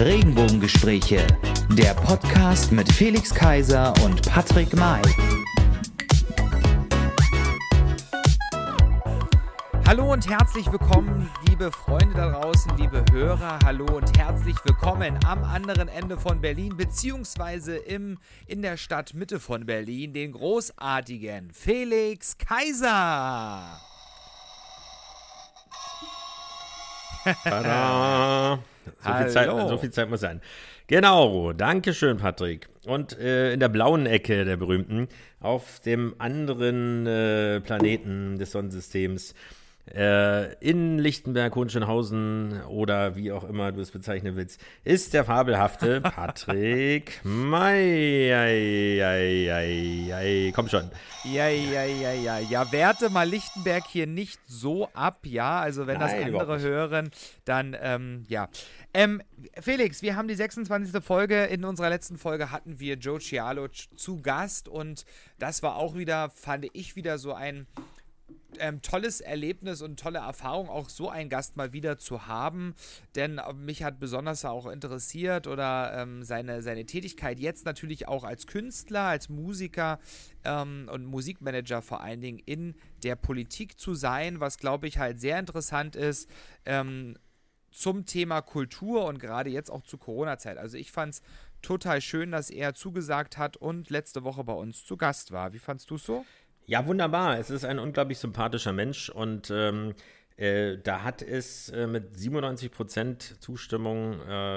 Regenbogengespräche, der Podcast mit Felix Kaiser und Patrick May. Hallo und herzlich willkommen, liebe Freunde da draußen, liebe Hörer. Hallo und herzlich willkommen am anderen Ende von Berlin, beziehungsweise in der Stadtmitte von Berlin, den großartigen Felix Kaiser. Tada! So viel Zeit muss sein. Genau, danke schön, Patrick. Und in der blauen Ecke der berühmten, auf dem anderen Planeten des Sonnensystems, in Lichtenberg, Hohenschönhausen oder wie auch immer du es bezeichnen willst, ist der fabelhafte Patrick May. Komm schon. Ja, werte mal Lichtenberg hier nicht so ab, ja, also wenn das andere hören, dann, ja. Felix, wir haben die 26. Folge, in unserer letzten Folge hatten wir Joe Cialo zu Gast und das war auch wieder, fand ich wieder so ein tolles Erlebnis und tolle Erfahrung, auch so einen Gast mal wieder zu haben, denn mich hat besonders auch interessiert oder seine Tätigkeit jetzt natürlich auch als Künstler, als Musiker und Musikmanager vor allen Dingen in der Politik zu sein, was glaube ich halt sehr interessant ist, zum Thema Kultur und gerade jetzt auch zur Corona-Zeit. Also ich fand es total schön, dass er zugesagt hat und letzte Woche bei uns zu Gast war. Wie fandst du es so? Ja, wunderbar. Es ist ein unglaublich sympathischer Mensch und da hat es mit 97% Zustimmung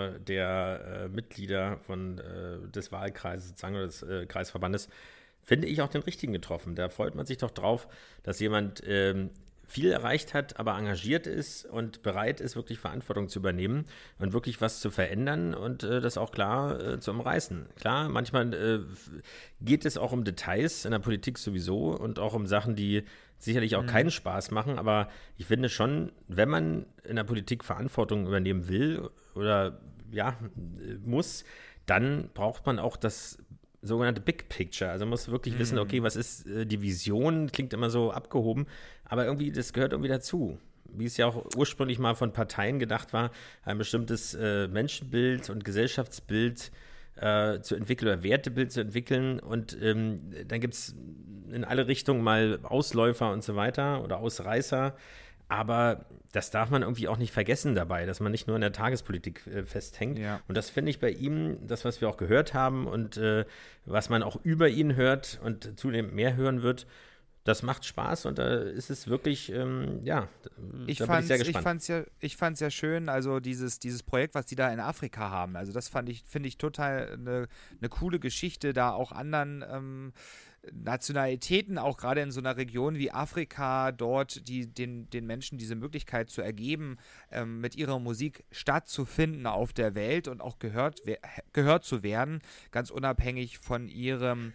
der Mitglieder des Wahlkreises sozusagen oder des Kreisverbandes, finde ich auch den richtigen getroffen. Da freut man sich doch drauf, dass jemand viel erreicht hat, aber engagiert ist und bereit ist, wirklich Verantwortung zu übernehmen und wirklich was zu verändern und das auch klar zu umreißen. Klar, manchmal geht es auch um Details in der Politik sowieso und auch um Sachen, die sicherlich auch keinen Spaß machen, aber ich finde schon, wenn man in der Politik Verantwortung übernehmen will oder ja, muss, dann braucht man auch das sogenannte Big Picture. Also man muss wirklich wissen, okay, was ist die Vision? Klingt immer so abgehoben, aber irgendwie, das gehört irgendwie dazu. Wie es ja auch ursprünglich mal von Parteien gedacht war, ein bestimmtes Menschenbild und Gesellschaftsbild zu entwickeln oder Wertebild zu entwickeln und dann gibt es in alle Richtungen mal Ausläufer und so weiter oder Ausreißer. Aber das darf man irgendwie auch nicht vergessen dabei, dass man nicht nur in der Tagespolitik festhängt. Ja. Und das finde ich bei ihm, das, was wir auch gehört haben und was man auch über ihn hört und zunehmend mehr hören wird, das macht Spaß und da ist es wirklich, da bin ich sehr gespannt. Ich fand's ja schön, also dieses Projekt, was die da in Afrika haben, also das finde ich total eine coole Geschichte, da auch anderen Nationalitäten, auch gerade in so einer Region wie Afrika, dort den Menschen diese Möglichkeit zu ergeben, mit ihrer Musik stattzufinden auf der Welt und auch gehört zu werden, ganz unabhängig von ihrem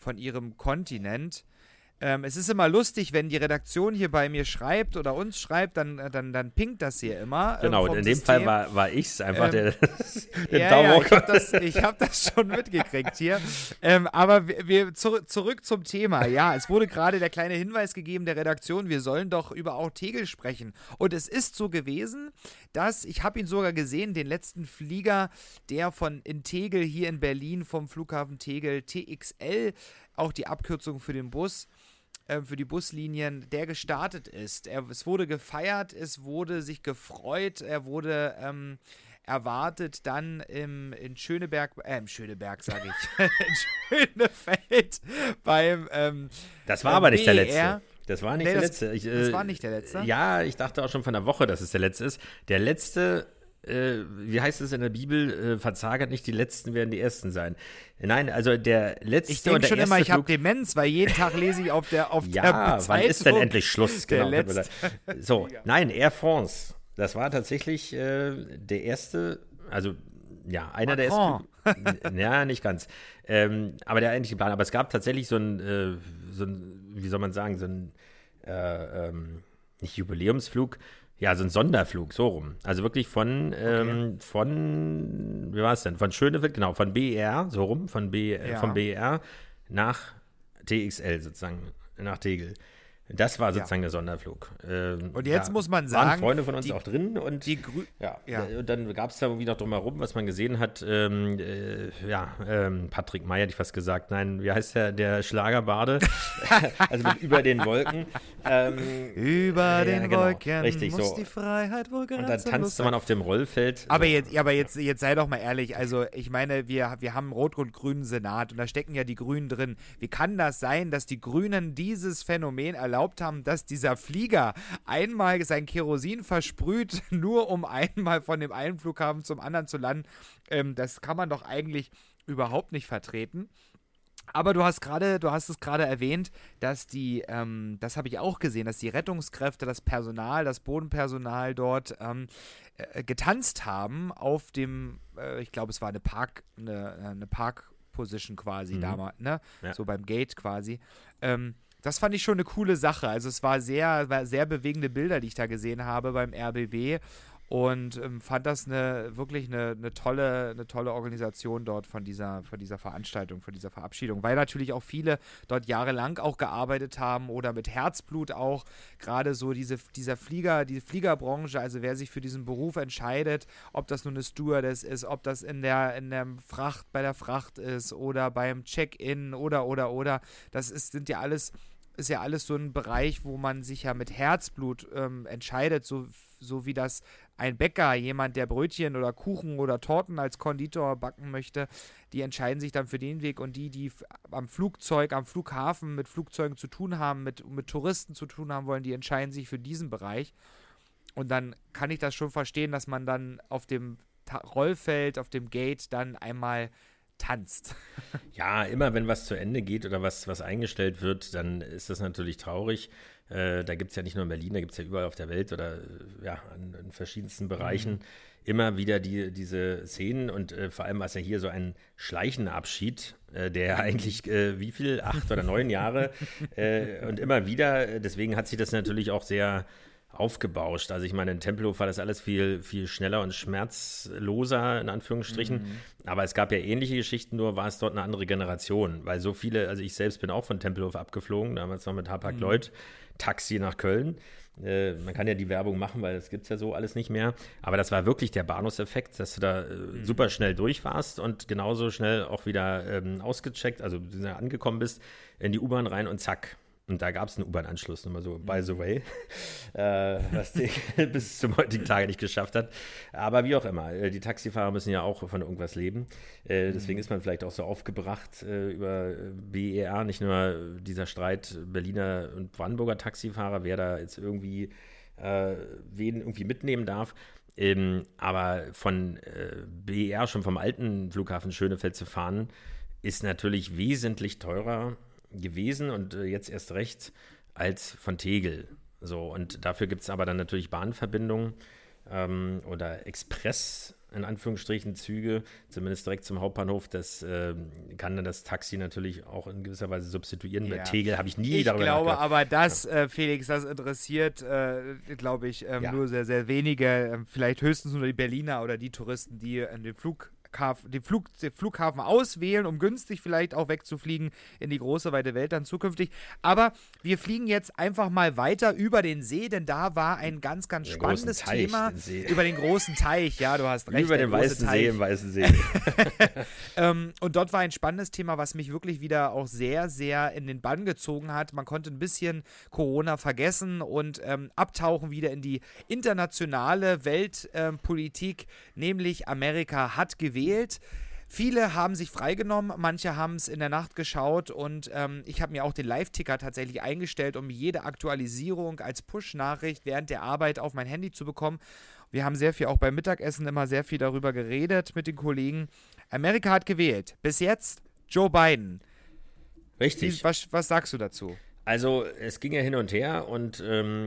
Kontinent. Es ist immer lustig, wenn die Redaktion hier bei mir schreibt oder uns schreibt, dann pinkt das hier immer. Genau, in dem Fall war ich es einfach, der Daumen hoch. Ich hab das schon mitgekriegt hier. Aber wir zurück zum Thema. Ja, es wurde gerade der kleine Hinweis gegeben der Redaktion, wir sollen doch über auch Tegel sprechen. Und es ist so gewesen, dass, ich habe ihn sogar gesehen, den letzten Flieger, der in Tegel hier in Berlin vom Flughafen Tegel, TXL, auch die Abkürzung für den Bus, für die Buslinien, der gestartet ist. Es wurde gefeiert, es wurde sich gefreut, er wurde erwartet dann in Schöneberg sage ich, in Schönefeld beim das war aber nicht BER. Der letzte. Das war nicht der letzte. Das war nicht der letzte? Ja, ich dachte auch schon von der Woche, dass es der letzte ist. Der letzte, wie heißt es in der Bibel, verzagert nicht, die Letzten werden die Ersten sein. Nein, also der letzte Ich denke schon immer, ich habe Demenz, weil jeden Tag lese ich auf der ja, wann ist denn endlich Schluss? Genau. So, nein, Air France. Das war tatsächlich der erste, also ja, einer Macron. der ersten. Ja, nicht ganz. Aber der eigentliche Plan. Aber es gab tatsächlich so ein, wie soll man sagen, so ein, nicht Jubiläumsflug, ja, so ein Sonderflug, so rum. Also wirklich von, wie war es denn? Von Schönefeld, genau, von BER, so rum, vom BER nach TXL sozusagen, nach Tegel. Das war sozusagen der Sonderflug. Und jetzt muss man sagen, waren Freunde von uns auch drin und und dann gab es da irgendwie noch drumherum, was man gesehen hat. Patrick May hätte ich fast gesagt. Nein, wie heißt der Schlagerbarde? Also mit über den Wolken. Über den Wolken richtig, muss so. die Freiheit wohl und dann tanzte man auf dem Rollfeld. Aber jetzt sei doch mal ehrlich. Also ich meine, wir haben einen rot-rot-grünen Senat und da stecken ja die Grünen drin. Wie kann das sein, dass die Grünen dieses Phänomen erlaubt haben, dass dieser Flieger einmal sein Kerosin versprüht, nur um einmal von dem einen Flughafen zum anderen zu landen? Das kann man doch eigentlich überhaupt nicht vertreten. Aber du hast es gerade erwähnt, dass das habe ich auch gesehen, dass die Rettungskräfte, das Personal, das Bodenpersonal dort getanzt haben auf dem, ich glaube, es war eine Park-Position quasi damals, ne? Ja. So beim Gate quasi. Das fand ich schon eine coole Sache. Also es war sehr bewegende Bilder, die ich da gesehen habe beim RBB. Und fand das wirklich eine tolle Organisation dort von dieser Veranstaltung, von dieser Verabschiedung, weil natürlich auch viele dort jahrelang auch gearbeitet haben oder mit Herzblut auch, gerade so die Fliegerbranche, also wer sich für diesen Beruf entscheidet, ob das nun eine Stewardess ist, ob das bei der Fracht ist oder beim Check-in oder, ist ja alles so ein Bereich, wo man sich ja mit Herzblut entscheidet, so wie das ein Bäcker, jemand, der Brötchen oder Kuchen oder Torten als Konditor backen möchte, die entscheiden sich dann für den Weg, und die am Flughafen mit Flugzeugen zu tun haben, mit Touristen zu tun haben wollen, die entscheiden sich für diesen Bereich. Und dann kann ich das schon verstehen, dass man dann auf dem Rollfeld, auf dem Gate dann einmal tanzt. Ja, immer wenn was zu Ende geht oder was eingestellt wird, dann ist das natürlich traurig. Da gibt es ja nicht nur in Berlin, da gibt es ja überall auf der Welt oder in verschiedensten Bereichen immer wieder diese Szenen, und vor allem war es ja hier so ein schleichender Abschied, der eigentlich 8 oder 9 Jahre und immer wieder, deswegen hat sich das natürlich auch sehr aufgebauscht. Also ich meine, in Tempelhof war das alles viel, viel schneller und schmerzloser, in Anführungsstrichen. Aber es gab ja ähnliche Geschichten, nur war es dort eine andere Generation, weil so viele, also ich selbst bin auch von Tempelhof abgeflogen, damals noch mit Hapag-Lloyd, Taxi nach Köln. Man kann ja die Werbung machen, weil das gibt es ja so alles nicht mehr. Aber das war wirklich der Bahnhofseffekt, dass du da super schnell durch warst und genauso schnell auch wieder ausgecheckt, also angekommen bist, in die U-Bahn rein und zack. Und da gab es einen U-Bahn-Anschluss, nochmal so, by the way, was die bis zum heutigen Tage nicht geschafft hat. Aber wie auch immer, die Taxifahrer müssen ja auch von irgendwas leben. Deswegen ist man vielleicht auch so aufgebracht über BER, nicht nur dieser Streit Berliner und Brandenburger Taxifahrer, wer da jetzt irgendwie wen irgendwie mitnehmen darf. Aber von BER, schon vom alten Flughafen Schönefeld zu fahren, ist natürlich wesentlich teurer gewesen und jetzt erst recht als von Tegel. So, und dafür gibt es aber dann natürlich Bahnverbindungen oder Express, in Anführungsstrichen, Züge, zumindest direkt zum Hauptbahnhof. Das kann dann das Taxi natürlich auch in gewisser Weise substituieren. Bei Tegel habe ich nie darüber nachgedacht. Ich glaube aber, dass, Felix, das interessiert, glaube ich, nur sehr, sehr wenige, vielleicht höchstens nur die Berliner oder die Touristen, die den Flughafen auswählen, um günstig vielleicht auch wegzufliegen in die große, weite Welt dann zukünftig. Aber wir fliegen jetzt einfach mal weiter über den See, denn da war ein ganz, ganz spannendes Thema. Über den großen Teich, ja, du hast recht. Über den Weißen See im Weißen See. Und dort war ein spannendes Thema, was mich wirklich wieder auch sehr, sehr in den Bann gezogen hat. Man konnte ein bisschen Corona vergessen und abtauchen wieder in die internationale Weltpolitik, nämlich Amerika hat gewählt. Viele haben sich freigenommen, manche haben es in der Nacht geschaut und ich habe mir auch den Live-Ticker tatsächlich eingestellt, um jede Aktualisierung als Push-Nachricht während der Arbeit auf mein Handy zu bekommen. Wir haben sehr viel, auch beim Mittagessen immer sehr viel darüber geredet mit den Kollegen. Amerika hat gewählt. Bis jetzt Joe Biden. Richtig. Was sagst du dazu? Also es ging ja hin und her und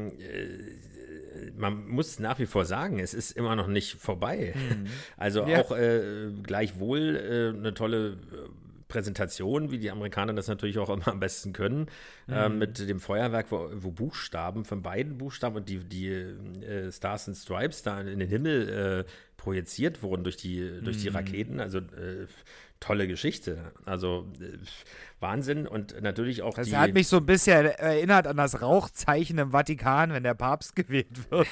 man muss nach wie vor sagen, es ist immer noch nicht vorbei. Also auch gleichwohl eine tolle Präsentation, wie die Amerikaner das natürlich auch immer am besten können, mit dem Feuerwerk, wo Buchstaben, von beiden Buchstaben und die Stars and Stripes da in den Himmel projiziert wurden durch die Raketen. Also tolle Geschichte. Also Wahnsinn und natürlich auch das hat mich so ein bisschen erinnert an das Rauchzeichen im Vatikan, wenn der Papst gewählt wird.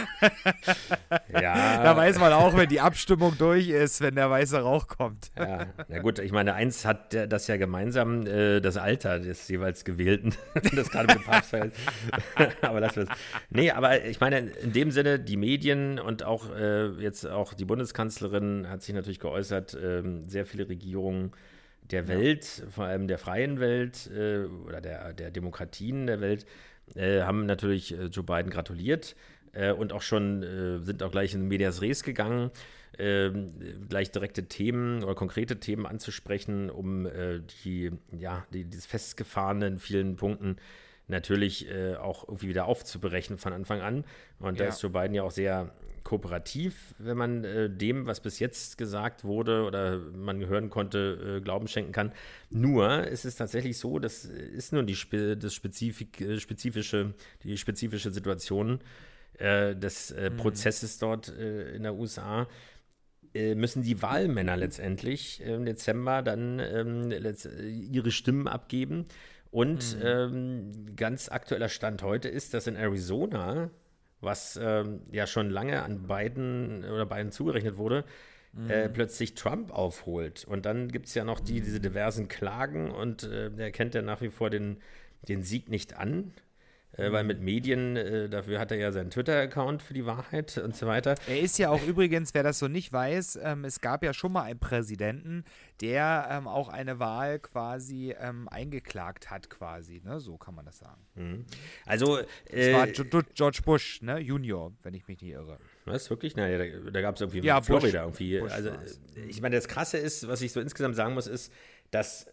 Ja. Da weiß man auch, wenn die Abstimmung durch ist, wenn der weiße Rauch kommt. Ja, na gut, ich meine, eins hat das ja gemeinsam, das Alter des jeweils Gewählten, das gerade mit dem Papst verhält. Aber das wird's. Nee, aber ich meine, in dem Sinne, die Medien und auch jetzt auch die Bundeskanzlerin hat sich natürlich geäußert, sehr viele Regierungen der Welt, vor allem der freien Welt oder der Demokratien der Welt, haben natürlich Joe Biden gratuliert und auch schon sind auch gleich in Medias Res gegangen, gleich direkte Themen oder konkrete Themen anzusprechen, um dieses Festgefahrene in vielen Punkten natürlich auch irgendwie wieder aufzubrechen von Anfang an. Und da ist Joe Biden ja auch sehr kooperativ, wenn man dem, was bis jetzt gesagt wurde oder man hören konnte, Glauben schenken kann. Nur ist es tatsächlich so, das ist nur die spezifische Situation des Prozesses dort in der USA, müssen die Wahlmänner letztendlich im Dezember dann ihre Stimmen abgeben. Und ganz aktueller Stand heute ist, dass in Arizona, was ja schon lange an Biden zugerechnet wurde, plötzlich Trump aufholt. Und dann gibt es ja noch diese diversen Klagen und er kennt ja nach wie vor den Sieg nicht an. Weil mit Medien, dafür hat er ja seinen Twitter-Account für die Wahrheit und so weiter. Er ist ja auch übrigens, wer das so nicht weiß, es gab ja schon mal einen Präsidenten, der auch eine Wahl quasi eingeklagt hat quasi, ne? So kann man das sagen. Mhm. Also das war George Bush, ne? Junior, wenn ich mich nicht irre. Was, wirklich? Nein, da gab es irgendwie Florida Bush, irgendwie. Bush also ich meine, das Krasse ist, was ich so insgesamt sagen muss, ist, dass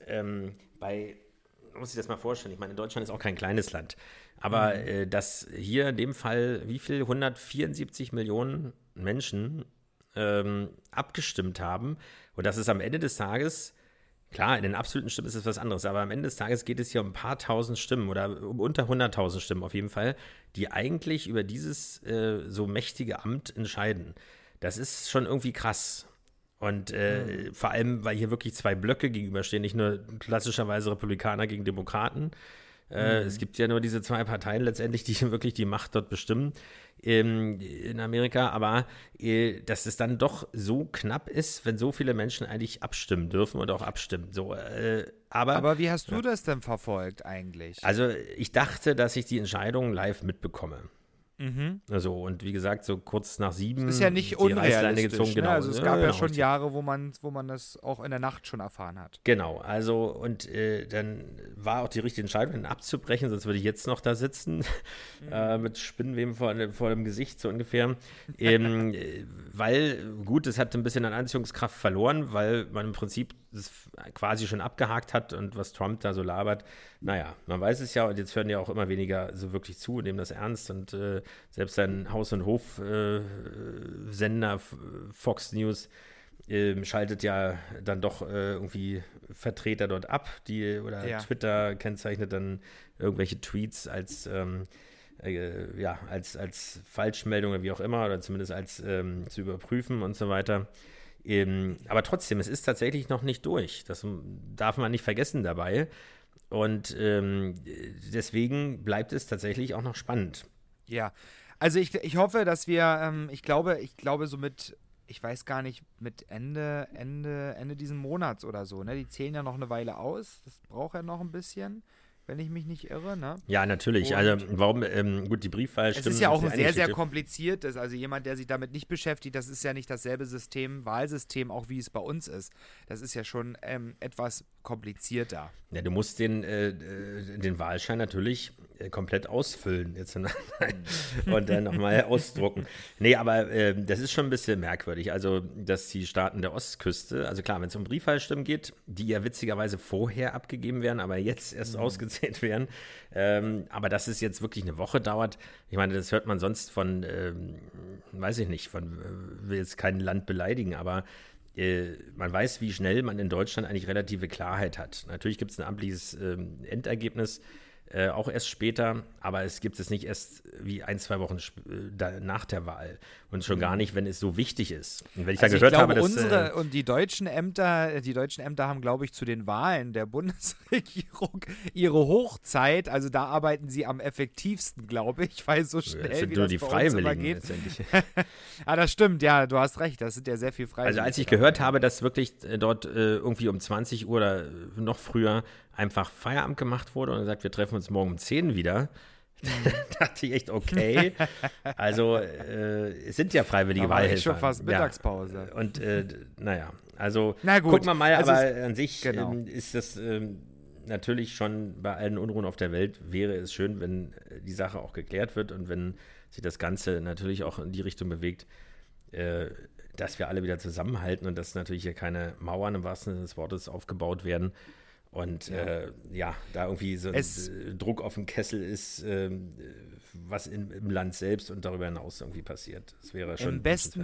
muss ich das mal vorstellen, ich meine, Deutschland ist auch kein kleines Land, aber dass hier in dem Fall, 174 Millionen Menschen abgestimmt haben und dass es am Ende des Tages, klar, in den absoluten Stimmen ist es was anderes, aber am Ende des Tages geht es hier um ein paar tausend Stimmen oder um unter 100.000 Stimmen auf jeden Fall, die eigentlich über dieses so mächtige Amt entscheiden. Das ist schon irgendwie krass. Und vor allem, weil hier wirklich zwei Blöcke gegenüberstehen, nicht nur klassischerweise Republikaner gegen Demokraten. Es gibt ja nur diese zwei Parteien letztendlich, die wirklich die Macht dort bestimmen in Amerika. Aber dass es dann doch so knapp ist, wenn so viele Menschen eigentlich abstimmen dürfen und auch abstimmen. So, aber wie hast du das denn verfolgt eigentlich? Also ich dachte, dass ich die Entscheidung live mitbekomme. Also, und wie gesagt, so kurz nach 7 ist ja nicht unrealistisch, gezogen, genau. Also es gab ja schon Jahre, wo man das auch in der Nacht schon erfahren hat. Genau, also und dann war auch die richtige Entscheidung, ihn abzubrechen, sonst würde ich jetzt noch da sitzen mit Spinnenweben vor dem Gesicht so ungefähr. Weil, gut, es hat ein bisschen an Anziehungskraft verloren, weil man im Prinzip das quasi schon abgehakt hat und was Trump da so labert, naja, man weiß es ja und jetzt hören ja auch immer weniger so wirklich zu und nehmen das ernst und selbst sein Haus- und Hof-Sender Fox News schaltet ja dann doch irgendwie Vertreter dort ab, Twitter kennzeichnet dann irgendwelche Tweets als Falschmeldung oder wie auch immer oder zumindest als zu überprüfen und so weiter. Aber trotzdem, es ist tatsächlich noch nicht durch. Das darf man nicht vergessen dabei. Und deswegen bleibt es tatsächlich auch noch spannend. Ja, also ich hoffe, dass wir, ich glaube so mit, ich weiß gar nicht, mit Ende diesen Monats oder so, ne? Die zählen ja noch eine Weile aus. Das braucht ja noch ein bisschen, wenn ich mich nicht irre, ne? Ja, natürlich. Also warum, gut, die Briefwahl stimmt. Es ist ja auch sehr, sehr kompliziert. Also jemand, der sich damit nicht beschäftigt, das ist ja nicht dasselbe Wahlsystem, auch wie es bei uns ist. Das ist ja schon etwas komplizierter. Ja, du musst den Wahlschein natürlich komplett ausfüllen jetzt und dann nochmal ausdrucken. Nee, aber das ist schon ein bisschen merkwürdig. Also, dass die Staaten der Ostküste, also klar, wenn es um Briefwahlstimmen geht, die ja witzigerweise vorher abgegeben werden, aber jetzt erst ausgezählt werden, aber dass es jetzt wirklich eine Woche dauert, ich meine, das hört man sonst von, weiß ich nicht, will jetzt kein Land beleidigen, aber man weiß, wie schnell man in Deutschland eigentlich relative Klarheit hat. Natürlich gibt es ein amtliches Endergebnis, auch erst später, aber es gibt es nicht erst wie 1-2 Wochen nach der Wahl und schon gar nicht, wenn es so wichtig ist. Und wenn ich also da gehört glaube, habe, dass und die deutschen Ämter haben, glaube ich, zu den Wahlen der Bundesregierung ihre Hochzeit, also da arbeiten sie am effektivsten, glaube ich, weil so schnell das sind wie nur das die bei Freiwilligen uns immer geht. letztendlich. Das stimmt, ja, du hast recht, das sind ja sehr viel Freiwillige. Also als ich gehört habe, dass wirklich dort irgendwie um 20 Uhr oder noch früher einfach Feierabend gemacht wurde und gesagt, wir treffen uns morgen um 10 wieder, dachte ich echt, okay. Also es sind ja freiwillige Wahlhelfer. Schon fast Mittagspause. Ja. Und naja, also Na gut, gucken wir mal, also aber an sich genau. ist das natürlich schon bei allen Unruhen auf der Welt, wäre es schön, wenn die Sache auch geklärt wird und wenn sich das Ganze natürlich auch in die Richtung bewegt, dass wir alle wieder zusammenhalten und dass natürlich hier keine Mauern im wahrsten Sinne des Wortes aufgebaut werden. Und da irgendwie so ein Druck auf den Kessel ist, was im Land selbst und darüber hinaus irgendwie passiert. Das wäre schon Im besten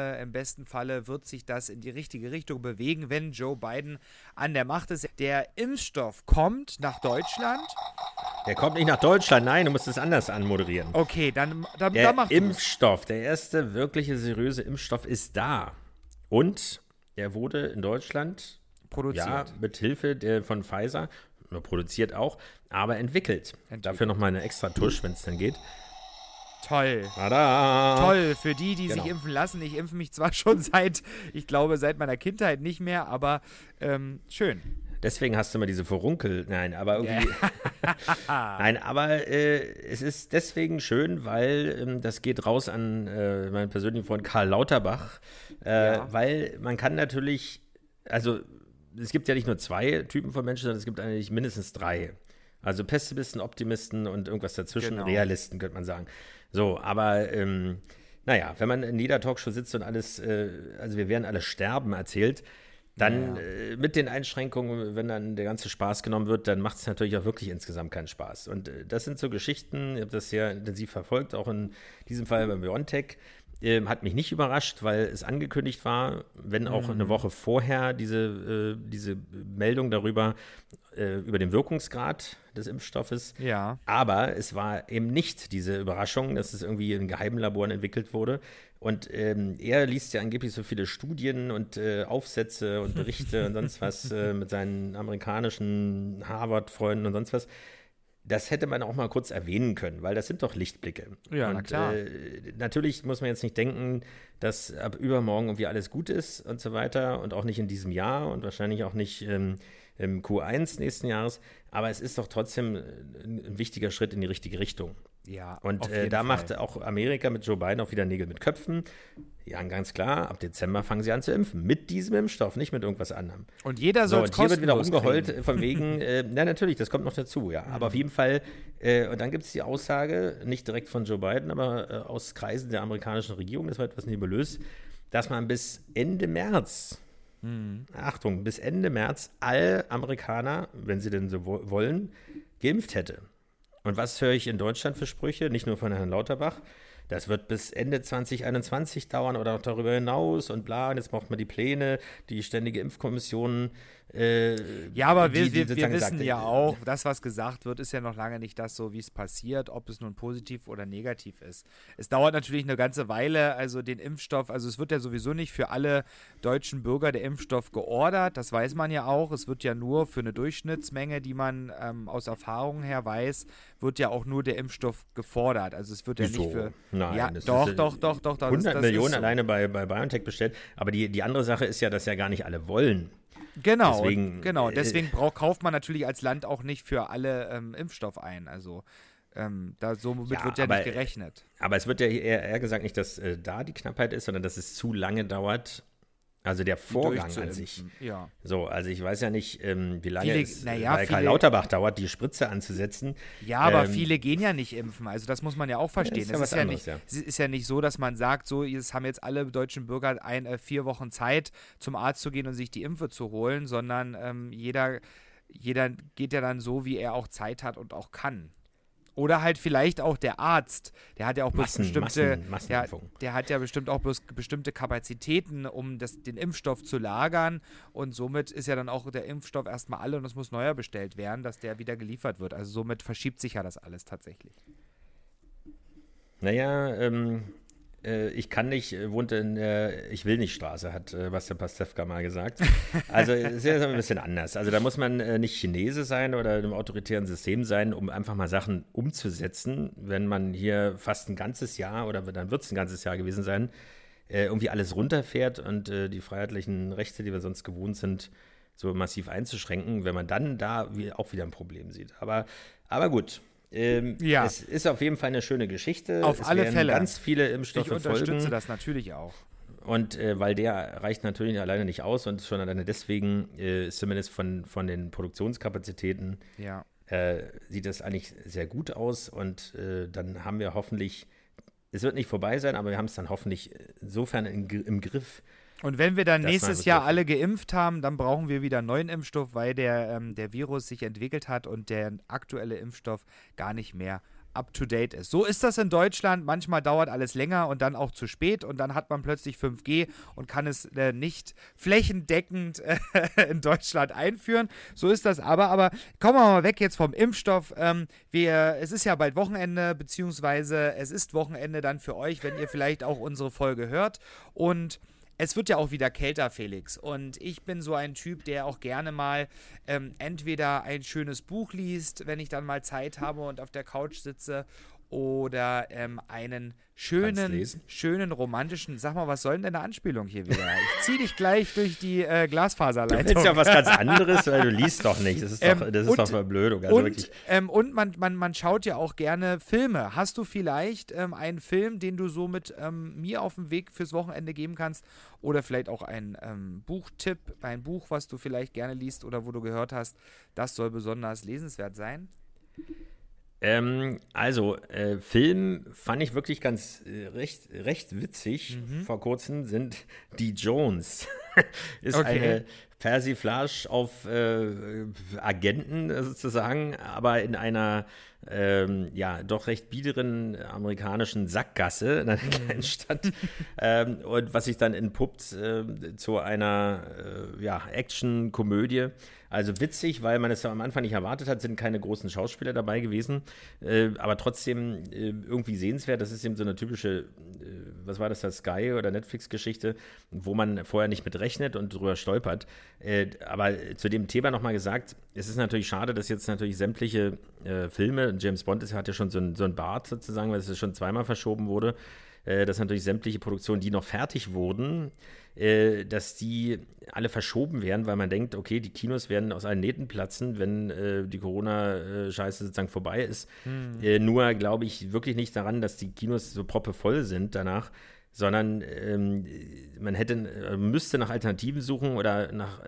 Falle wird sich das in die richtige Richtung bewegen, wenn Joe Biden an der Macht ist. Der Impfstoff kommt nach Deutschland. Der kommt nicht nach Deutschland, nein, du musst es anders anmoderieren. Okay, dann der Impfstoff, der erste wirkliche seriöse Impfstoff ist da. Und er wurde in Deutschland produziert. Ja, mit Hilfe von Pfizer, produziert auch, aber entwickelt. Dafür nochmal eine extra Tusch, wenn es dann geht. Toll. Tada. Toll für die sich impfen lassen. Ich impfe mich zwar schon seit meiner Kindheit nicht mehr, aber schön. Deswegen hast du immer diese Nein, aber irgendwie. Nein, aber es ist deswegen schön, weil das geht raus an meinen persönlichen Freund Karl Lauterbach, weil man kann natürlich, also es gibt ja nicht nur 2 Typen von Menschen, sondern es gibt eigentlich mindestens 3. Also Pessimisten, Optimisten und irgendwas dazwischen, Realisten, könnte man sagen. So, aber naja, wenn man in jeder Talkshow sitzt und alles, also wir werden alle sterben erzählt, dann mit den Einschränkungen, wenn dann der ganze Spaß genommen wird, dann macht es natürlich auch wirklich insgesamt keinen Spaß. Und das sind so Geschichten, ich habe das sehr intensiv verfolgt, auch in diesem Fall beim BioNTech. Hat mich nicht überrascht, weil es angekündigt war, wenn auch eine Woche vorher diese Meldung darüber, über den Wirkungsgrad des Impfstoffes. Ja. Aber es war eben nicht diese Überraschung, dass es irgendwie in geheimen Laboren entwickelt wurde. Und er liest ja angeblich so viele Studien und Aufsätze und Berichte und sonst was mit seinen amerikanischen Harvard-Freunden und sonst was. Das hätte man auch mal kurz erwähnen können, weil das sind doch Lichtblicke. Ja, na klar. Natürlich muss man jetzt nicht denken, dass ab übermorgen irgendwie alles gut ist und so weiter und auch nicht in diesem Jahr und wahrscheinlich auch nicht im Q1 nächsten Jahres, aber es ist doch trotzdem ein wichtiger Schritt in die richtige Richtung. Ja, und da macht auch Amerika mit Joe Biden auch wieder Nägel mit Köpfen. Ja, ganz klar, ab Dezember fangen sie an zu impfen. Mit diesem Impfstoff, nicht mit irgendwas anderem. Und jeder soll es kostenlos hier wird wieder rumgeheult kriegen. Von wegen, na natürlich, das kommt noch dazu, ja. Aber auf jeden Fall, und dann gibt es die Aussage, nicht direkt von Joe Biden, aber aus Kreisen der amerikanischen Regierung, das war etwas nebulös, dass man bis Ende März, Achtung, bis Ende März alle Amerikaner, wenn sie denn so wollen, geimpft hätte. Und was höre ich in Deutschland für Sprüche? Nicht nur von Herrn Lauterbach. Das wird bis Ende 2021 dauern oder auch darüber hinaus und bla. Und jetzt braucht man die Pläne, die ständige Impfkommission. Ja, aber wir wissen ja auch, das, was gesagt wird, ist ja noch lange nicht das so, wie es passiert, ob es nun positiv oder negativ ist. Es dauert natürlich eine ganze Weile, also den Impfstoff, also es wird ja sowieso nicht für alle deutschen Bürger der Impfstoff geordert, das weiß man ja auch. Es wird ja nur für eine Durchschnittsmenge, die man aus Erfahrung her weiß, wird ja auch nur der Impfstoff gefordert. Also es wird ja nicht für... Nein, ja, das doch. 100 Millionen alleine bei BioNTech bestellt. Aber die andere Sache ist ja, dass ja gar nicht alle wollen. Genau, deswegen kauft man natürlich als Land auch nicht für alle Impfstoff ein. Also somit wird ja nicht gerechnet. Aber es wird ja eher gesagt nicht, dass da die Knappheit ist, sondern dass es zu lange dauert. Also der Vorgang an sich. Ja. So, also ich weiß ja nicht, wie lange es bei viele, Karl Lauterbach dauert, die Spritze anzusetzen. Ja, aber viele gehen ja nicht impfen. Also das muss man ja auch verstehen. Es ist ja nicht so, dass man sagt, so, jetzt haben jetzt alle deutschen Bürger 4 Wochen Zeit, zum Arzt zu gehen und sich die Impfe zu holen, sondern jeder geht ja dann so, wie er auch Zeit hat und auch kann. Oder halt vielleicht auch der Arzt, der hat ja auch bestimmte, Massenimpfung. Der hat ja bestimmt auch bestimmte Kapazitäten, um den Impfstoff zu lagern, und somit ist ja dann auch der Impfstoff erstmal alle und es muss neuer bestellt werden, dass der wieder geliefert wird. Also somit verschiebt sich ja das alles tatsächlich. Naja, ich kann nicht, wohnt in der Ich-will-nicht-Straße, hat Bastian Pastewka mal gesagt. Also es ist ja ein bisschen anders. Also da muss man nicht Chinese sein oder in einem autoritären System sein, um einfach mal Sachen umzusetzen. Wenn man hier fast ein ganzes Jahr, oder dann wird es ein ganzes Jahr gewesen sein, irgendwie alles runterfährt und die freiheitlichen Rechte, die wir sonst gewohnt sind, so massiv einzuschränken, wenn man dann da auch wieder ein Problem sieht. Aber gut. Es ist auf jeden Fall eine schöne Geschichte. Auf alle Fälle. Ganz viele Impfstoffe folgen. Ich unterstütze das natürlich auch. Und weil der reicht natürlich alleine nicht aus und schon alleine deswegen ist zumindest von den Produktionskapazitäten sieht das eigentlich sehr gut aus. Und dann haben wir hoffentlich, es wird nicht vorbei sein, aber wir haben es dann hoffentlich insofern im Griff. Und wenn wir dann nächstes Jahr alle geimpft haben, dann brauchen wir wieder einen neuen Impfstoff, weil der Virus sich entwickelt hat und der aktuelle Impfstoff gar nicht mehr up-to-date ist. So ist das in Deutschland. Manchmal dauert alles länger und dann auch zu spät und dann hat man plötzlich 5G und kann es nicht flächendeckend in Deutschland einführen. So ist das aber kommen wir mal weg jetzt vom Impfstoff. Es ist ja bald Wochenende, beziehungsweise es ist Wochenende dann für euch, wenn ihr vielleicht auch unsere Folge hört, und es wird ja auch wieder kälter, Felix. Und ich bin so ein Typ, der auch gerne mal entweder ein schönes Buch liest, wenn ich dann mal Zeit habe und auf der Couch sitze, oder einen schönen romantischen, sag mal, was soll denn eine Anspielung hier wieder? Ich zieh dich gleich durch die Glasfaserleitung. Du willst ja was ganz anderes, weil du liest doch nicht. Das ist doch Verblödung. Also und man schaut ja auch gerne Filme. Hast du vielleicht einen Film, den du so mit mir auf den Weg fürs Wochenende geben kannst? Oder vielleicht auch einen Buchtipp, ein Buch, was du vielleicht gerne liest oder wo du gehört hast, das soll besonders lesenswert sein? Film fand ich wirklich ganz recht witzig. Vor kurzem sind Die Jones. Ist eine Persiflage auf Agenten sozusagen, aber in einer doch recht biederen amerikanischen Sackgasse in einer kleinen Stadt. Und was sich dann entpuppt zu einer Action-Komödie. Also witzig, weil man es am Anfang nicht erwartet hat, sind keine großen Schauspieler dabei gewesen, aber trotzdem irgendwie sehenswert. Das ist eben so eine typische, was war das, Sky- oder Netflix-Geschichte, wo man vorher nicht mit rechnet und drüber stolpert. Aber zu dem Thema nochmal gesagt, es ist natürlich schade, dass jetzt natürlich sämtliche Filme, James Bond hat ja schon so ein Bart sozusagen, weil es schon zweimal verschoben wurde, dass natürlich sämtliche Produktionen, die noch fertig wurden, dass die alle verschoben werden, weil man denkt, okay, die Kinos werden aus allen Nähten platzen, wenn die Corona-Scheiße sozusagen vorbei ist. Nur glaube ich wirklich nicht daran, dass die Kinos so proppevoll sind danach, sondern man müsste nach Alternativen suchen oder nach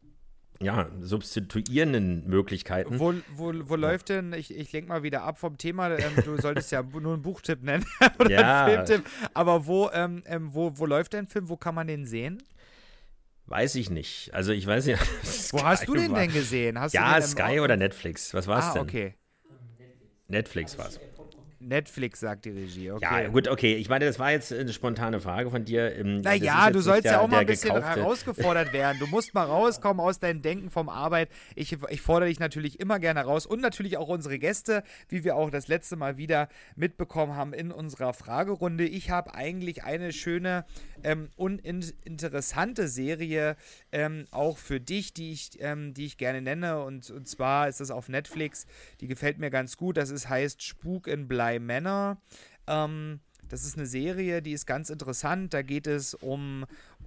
substituierenden Möglichkeiten. Wo läuft denn, ich lenke mal wieder ab vom Thema, du solltest ja nur einen Buchtipp nennen oder einen Filmtipp, aber wo läuft denn ein Film, wo kann man den sehen? Weiß ich nicht. Also ich weiß nicht. Wo hast du den denn gesehen? Sky oder Netflix. Was war es denn? Okay. Netflix war es. Netflix, sagt die Regie, okay. Ja, gut, okay. Ich meine, das war jetzt eine spontane Frage von dir. Naja, du sollst ja auch mal ein bisschen herausgefordert werden. Du musst mal rauskommen aus deinem Denken vom Arbeit. Ich fordere dich natürlich immer gerne raus und natürlich auch unsere Gäste, wie wir auch das letzte Mal wieder mitbekommen haben in unserer Fragerunde. Ich habe eigentlich eine schöne und interessante Serie auch für dich, die ich gerne nenne, und zwar ist das auf Netflix. Die gefällt mir ganz gut. Das heißt Spuk in Bly Manor. Das ist eine Serie, die ist ganz interessant. Da geht es um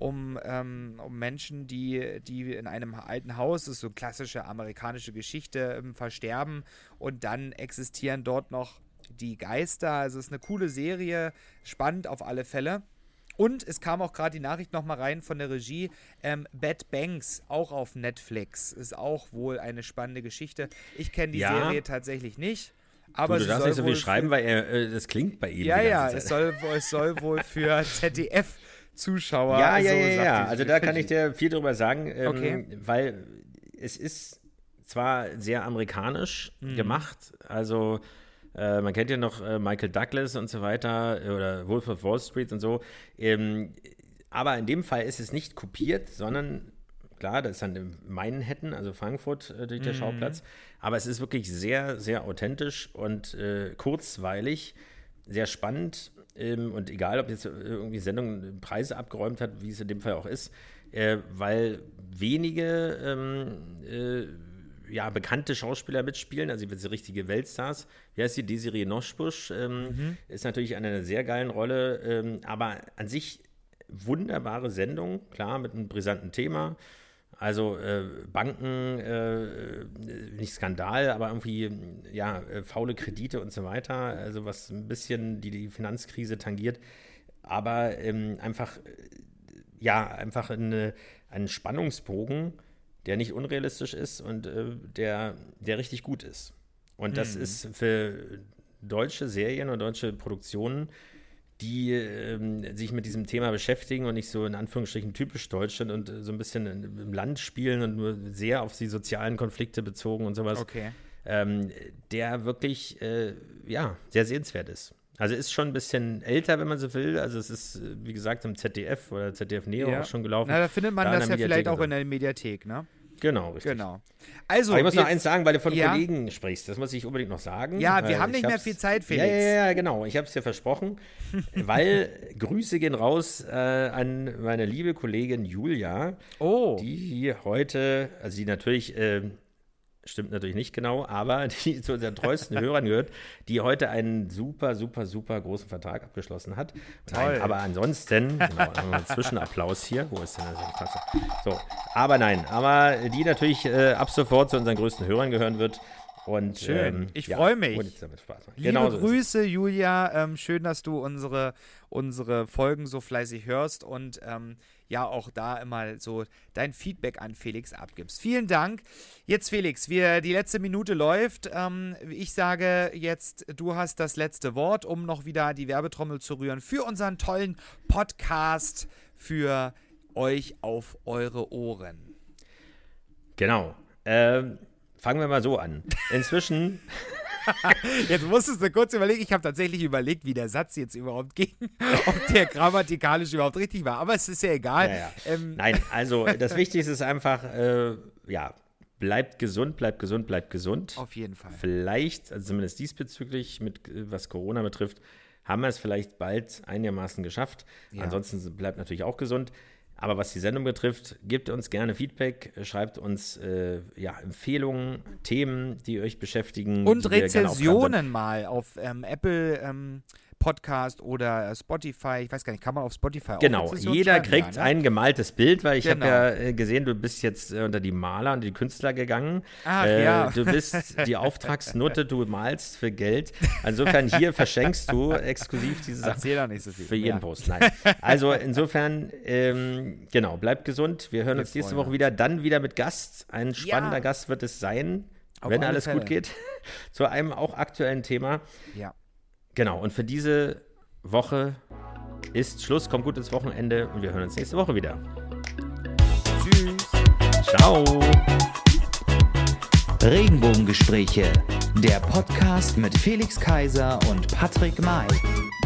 Menschen, die in einem alten Haus, das ist so klassische amerikanische Geschichte, versterben, und dann existieren dort noch die Geister. Also es ist eine coole Serie, spannend auf alle Fälle. Und es kam auch gerade die Nachricht nochmal rein von der Regie, Bad Banks, auch auf Netflix, ist auch wohl eine spannende Geschichte. Ich kenne die Serie tatsächlich nicht. Aber du darfst nicht so viel schreiben, weil das klingt bei ihm. Ja, es soll wohl für ZDF-Zuschauer. Ja. Also da kann ich dir viel drüber sagen, weil es ist zwar sehr amerikanisch gemacht, also Man kennt ja noch Michael Douglas und so weiter oder Wolf of Wall Street und so. Aber in dem Fall ist es nicht kopiert, sondern klar, das ist dann in Manhattan, also Frankfurt, durch der Schauplatz. Aber es ist wirklich sehr, sehr authentisch und kurzweilig, sehr spannend. Und egal, ob jetzt irgendwie Sendung Preise abgeräumt hat, wie es in dem Fall auch ist, weil wenige bekannte Schauspieler mitspielen, also die richtige Weltstars. Wie heißt die? Desiree Nosbusch ist natürlich eine sehr geilen Rolle, aber an sich wunderbare Sendung, klar, mit einem brisanten Thema. Also Banken, nicht Skandal, aber irgendwie, faule Kredite und so weiter. Also was ein bisschen die Finanzkrise tangiert. Aber einfach einen Spannungsbogen, der nicht unrealistisch ist und der richtig gut ist. Und das ist für deutsche Serien und deutsche Produktionen, die sich mit diesem Thema beschäftigen und nicht so in Anführungsstrichen typisch deutsch sind und so ein bisschen im Land spielen und nur sehr auf die sozialen Konflikte bezogen und sowas, okay. Der wirklich sehr sehenswert ist. Also ist schon ein bisschen älter, wenn man so will. Also es ist, wie gesagt, im ZDF oder ZDF Neo auch schon gelaufen. Na, da findet man das ja vielleicht auch in der Mediathek, ne? Genau, richtig. Genau. Also, aber ich muss noch eins sagen, weil du von Kollegen sprichst. Das muss ich unbedingt noch sagen. Ja, wir haben nicht mehr viel Zeit, Felix. Ja, genau. Ich habe es dir versprochen. Weil Grüße gehen raus an meine liebe Kollegin Julia. Oh. Die heute, also die natürlich, stimmt natürlich nicht genau, aber die zu unseren treuesten Hörern gehört, die heute einen super, super, super großen Vertrag abgeschlossen hat. Nein, aber ansonsten, Zwischenapplaus hier. Wo ist denn das? Klasse. So, aber die natürlich ab sofort zu unseren größten Hörern gehören wird. Und, schön, ich freue mich. Liebe Grüße, Julia. Schön, dass du unsere Folgen so fleißig hörst und auch da immer so dein Feedback an Felix abgibst. Vielen Dank. Jetzt, Felix, die letzte Minute läuft. Ich sage jetzt, du hast das letzte Wort, um noch wieder die Werbetrommel zu rühren für unseren tollen Podcast für euch auf eure Ohren. Genau. Fangen wir mal so an. Inzwischen... Jetzt musstest du kurz überlegen. Ich habe tatsächlich überlegt, wie der Satz jetzt überhaupt ging, ob der grammatikalisch überhaupt richtig war. Aber es ist ja egal. Ja. Nein, also das Wichtigste ist einfach, bleibt gesund, bleibt gesund, bleibt gesund. Auf jeden Fall. Vielleicht, also zumindest diesbezüglich, was Corona betrifft, haben wir es vielleicht bald einigermaßen geschafft. Ja. Ansonsten bleibt natürlich auch gesund. Aber was die Sendung betrifft, gebt uns gerne Feedback, schreibt uns Empfehlungen, Themen, die euch beschäftigen. Und Rezensionen mal auf Apple Podcast oder Spotify. Ich weiß gar nicht, kann man auf Spotify auch Rezensionen jeder schreiben? kriegt ein gemaltes Bild, weil ich habe ja gesehen, du bist jetzt unter die Maler und die Künstler gegangen. Ach, ja. Du bist die Auftragsnutte, du malst für Geld. Insofern hier verschenkst du exklusiv diese Sachen. Erzähl doch nicht so viel. Für jeden Post. Nein. Also insofern, bleibt gesund. Wir hören uns nächste Woche wieder. Dann wieder mit Gast. Ein spannender Gast wird es sein, wenn alles gut geht. Zu einem auch aktuellen Thema. Ja. Genau, und für diese Woche ist Schluss. Kommt gut ins Wochenende und wir hören uns nächste Woche wieder. Tschüss. Ciao. Regenbogengespräche, der Podcast mit Felix Kaiser und Patrick May.